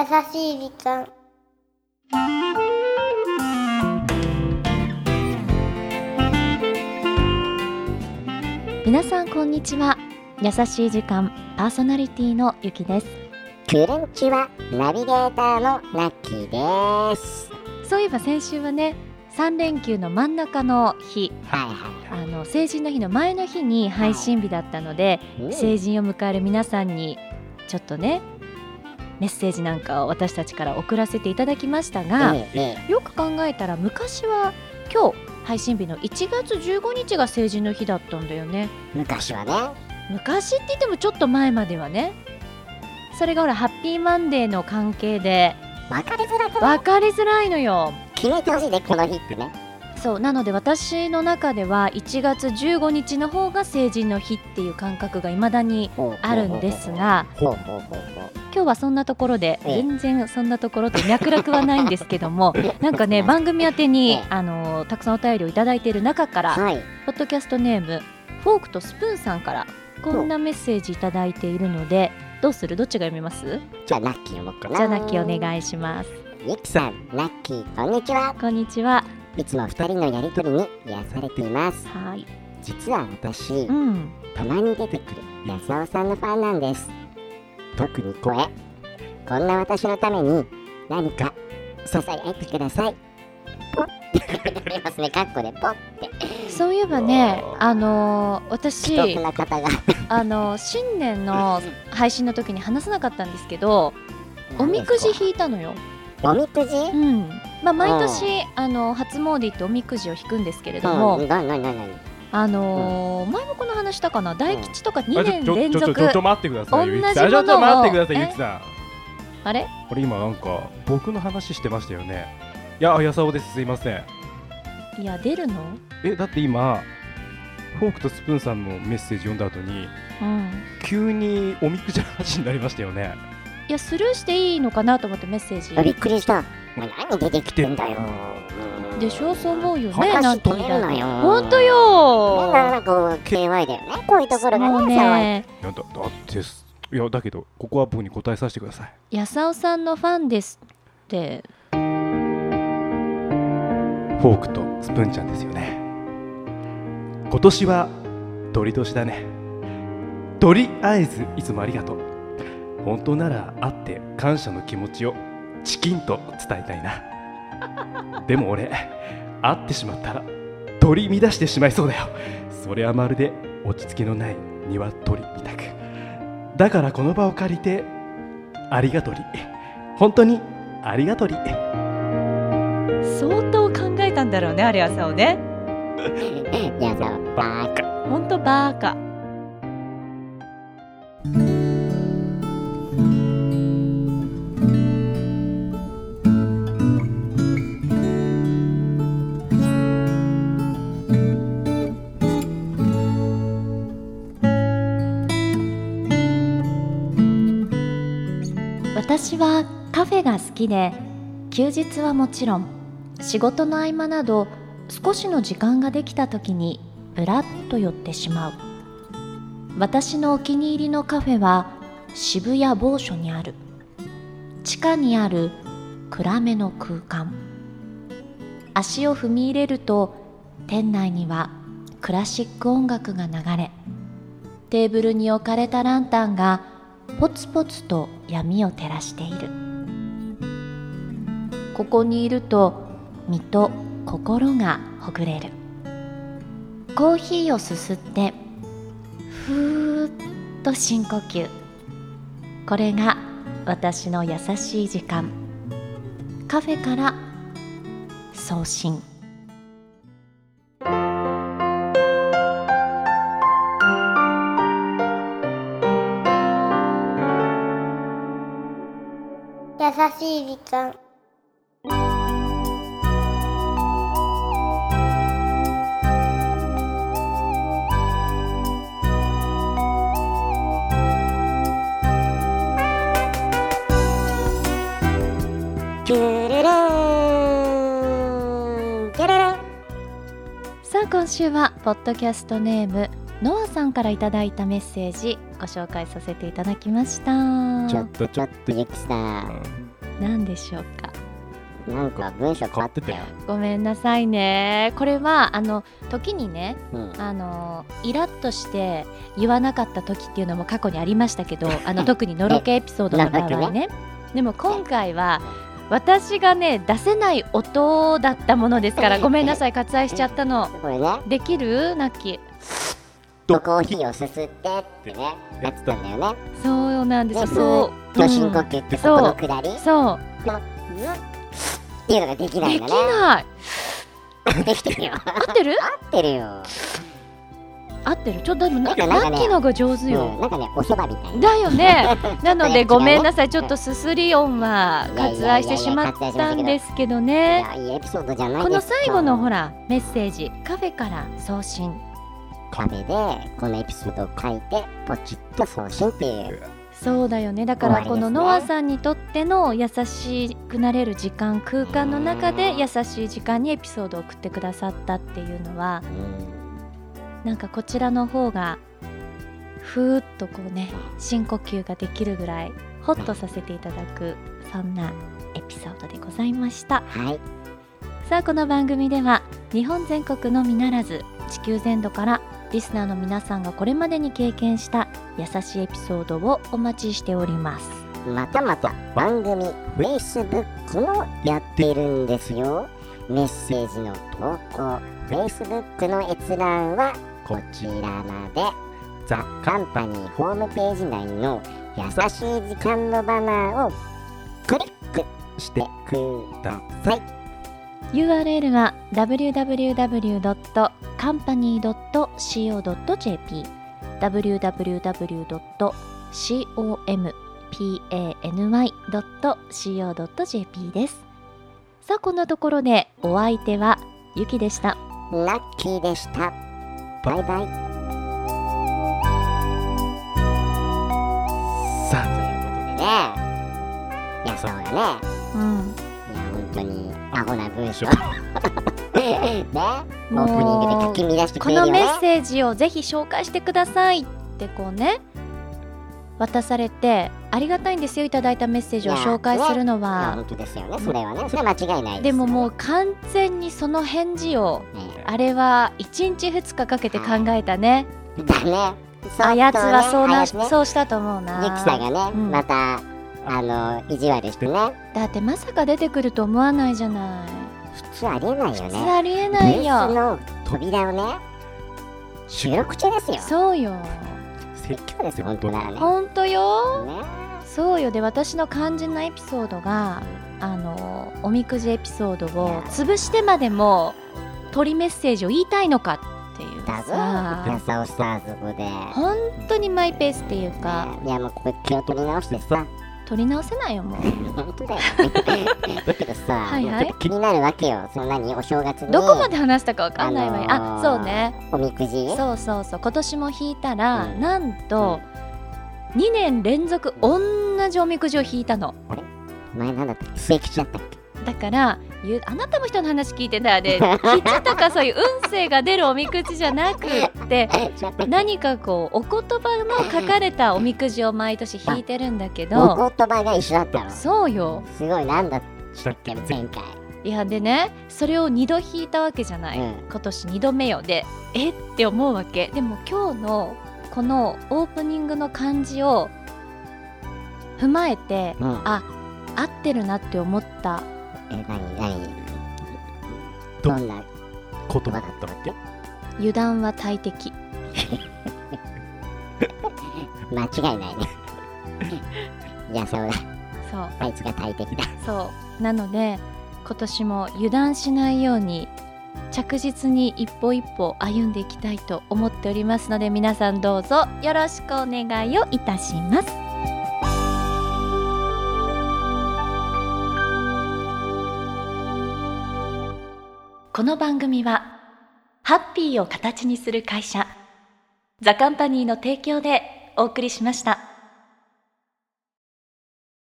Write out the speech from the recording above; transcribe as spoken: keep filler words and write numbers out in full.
しい時間。 皆さんこんにちは。優しい時間パーソナリティのゆきです。 クルンチはナビゲーターのラッキーです。 そういえば先週はね、さん連休の真ん中の日、 はいはいはい、 あの成人の日の前の日に配信日だったので、はい、成人を迎える皆さんにちょっとねメッセージなんかを私たちから送らせていただきましたが、ええ、よく考えたら昔は今日配信日のいちがつじゅうごにちが成人の日だったんだよね。 昔はね。 昔って言ってもちょっと前まではね。それがほらハッピーマンデーの関係で分かりづらくない？ 分かりづらいのよ。 決めてほしいね、この日ってね。 そうなので私の中ではいちがつじゅうごにちの方が成人の日っていう感覚が未だにあるんですが、今日はそんなところで全然そんなところで脈絡はないんですけどもなんかね番組宛てにあのたくさんお便りをいただいている中から、はい、ポッドキャストネームフォークとスプーンさんからこんなメッセージいただいているので、どうする？どっちが読みます？ じゃあラッキー読もうかな。 じゃあラッキーお願いします。 ゆきさん、ラッキー、こんにちは。 こんにちは。 いつもふたりのやりとりに癒されています。 はい。 実は私、うん、たまに出てくるやさおさんのファンなんです。特に声、こんな私のために何か支えてください。ポッってありますね、カッコでポッって。 そういえばね、あのー、私既得な方があのー、新年の配信の時に話さなかったんですけどおみくじ引いたのよ。 おみくじ？ うん。まあ、毎年、うん、あの初詣行っておみくじを引くんですけれども、うん、 ななななあのーうん、前もこの話したかな、大吉とかにねん連続、 うん、ちょっと待ってください、 同じものをちょっと待ってください、ゆきさん。 あれ？ これ今なんか僕の話してましたよね。いや、やさおです、すいません。 いや、出るの？ え、だって今フォークとスプーンさんのメッセージ読んだ後に、うん、急におみくじの話になりましたよね。 いや、スルーしていいのかなと思ってメッセージ。 びっくりした。何出てきてんだよ。 でしょ、そう思うよね。 話止めるなよ。 ほんとよ。 なんかこう ケーワイ だよね、こういうところがね。 いや だ, だっていやだけどここは僕に答えさせてください。 やさおさんのファンですって。 フォークとスプーンちゃんですよね。今年は鳥年だね。とりあえずいつもありがとう。本当なら会って感謝の気持ちをチキンと伝えたいな。でも俺会ってしまったら取り乱してしまいそうだよ。それはまるで落ち着きのない鶏みたく。だからこの場を借りてありがとり、本当にありがとり。 相当考えたんだろうね、あれ朝をね。 やだ、バカ。 本当バカ。私はカフェが好きで、休日はもちろん仕事の合間など少しの時間ができた時にぶらっと寄ってしまう。私のお気に入りのカフェは渋谷某所にある地下にある暗めの空間。足を踏み入れると店内にはクラシック音楽が流れ、テーブルに置かれたランタンがポツポツと闇を照らしている。ここにいると身と心がほぐれる。コーヒーをすすってふーっと深呼吸。これが私の優しい時間。カフェから送信。 優しい時間。 キュルルーンキュルルン。 さあ今週はポッドキャストネームノアさんからいただいたメッセージご紹介させていただきました。 ちょっとちょっとゆきさん、 何でしょうか。 なんか文章変わってたよ。 ごめんなさいね。これはあの時にね、 うん、 あのイラッとして言わなかった時っていうのも過去にありましたけどあの特にのろけエピソードの場合ねでも今回は私がね出せない音だったものですからごめんなさい、割愛しちゃったの。 これね、 できるナッキーとコーヒーをすすってってねやってたんだよね。 そうなんですよ。 でそうと深呼吸ってそこのくだり、 そうこのずっていうのができないでんだね。 きないできてるよ。 合ってる合ってるよ。 合ってる。ちょっとでもナなんかなんかねッキーのが上手よ、 うん、なんかねおそばみたいな。 だよねなのでごめんなさい、 ねちょっとすすり音は割愛してしまったんですけどいね。 やいいエピソードじゃないですか。 この最後のほらメッセージ、カフェから送信、 カフェでこのエピソードを書いてポチッと送信っていうそうだよね。だからこのノアさんにとっての優しくなれる時間、空間の中で優しい時間にエピソードを送ってくださったっていうのは、なんかこちらの方がふーっとこうね深呼吸ができるぐらいホッとさせていただく、そんなエピソードでございました。 はい。 さあこの番組では日本全国のみならず地球全土からリスナーの皆さんがこれまでに経験した優しいエピソードをお待ちしております。 またまた番組 Facebook もやっているんですよ。メッセージの投稿 Facebook の閲覧はこちらまで。ザ・カンパニーホームページ内の優しい時間のバナーをクリックしてください。 ユーアールエル は ダブリューダブリューダブリュードットカンパニードットシーオードットジェーピー ダブリューダブリューダブリュードットシーオーエムピーエーエヌワイドットシーオードットジェーピー です。さあこんなところでお相手はゆきでした。 ラッキーでした。バイバイ。 さあということでね、いやそうだね、 うん、 いや本当にアホな文章ね、オープニングでかき乱してくこれるよね。 のメッセージをぜひ紹介してくださいってこうね渡されて、ありがたいんですよ、いただいたメッセージを紹介するのいやは。 本当ですよね、それはね、それは間違いないです。 でももう完全にその返事を、 ね、 あれはいちにちふつかかけて考えたね。 だね。 あやつはそうな、 ね、 そうしたと思うな。 ゆきさんがね、 うんまたあの意地悪してね。 だってまさか出てくると思わないじゃない。 普通ありえないよね。 普通ありえないブースよ。 の扉をね、収録中ですよ。 そうよ。 説教ですよ、本当ならね。 ほんとよ。 ね、 そうよ。で私の肝心なエピソードが、あのおみくじエピソードを潰してまでも鳥メッセージを言いたいのかっていうだぞ、 さ、 やさおさ、そこで。 本当にマイペースっていうか、 ね、いやもうここ気を取り直してさ。 取り直せないよもう。 本当だよ。だけどさ、 はいはいちょっと気になるわけよ。その何、お正月にどこまで話したかわかんないわよ。あ、 あのーそうね。 おみくじ。 そうそうそう。今年も引いたら、 うんなんと、にねん連続同じおみくじを引いたの。 前なんだったっけ、末吉だったっけ。 だからゆあなたも人の話聞いてたよね。吉とかそういう運勢が出るおみくじじゃなくって何かこうお言葉の書かれたおみくじを毎年引いてるんだけど、 お言葉が一緒だったの。 そうよ。 すごい、なんだっしたっけけ前回。 いやでね、それをにど引いたわけじゃない、 うん今年にどめよ。でえって思うわけ。でも今日のこのオープニングの感じを踏まえて、 うん、 あ、合ってるなって思った。 え、なになにどどんな言葉だったっけ。 油断は大敵。 間違いないね。いや、そうだ、 そうあいつが大敵だ。 そうなので今年も油断しないように着実に一歩一歩歩んでいきたいと思っておりますので、皆さんどうぞよろしくお願いをいたします。この番組はハッピーを形にする会社ザカンパニーの提供でお送りしました。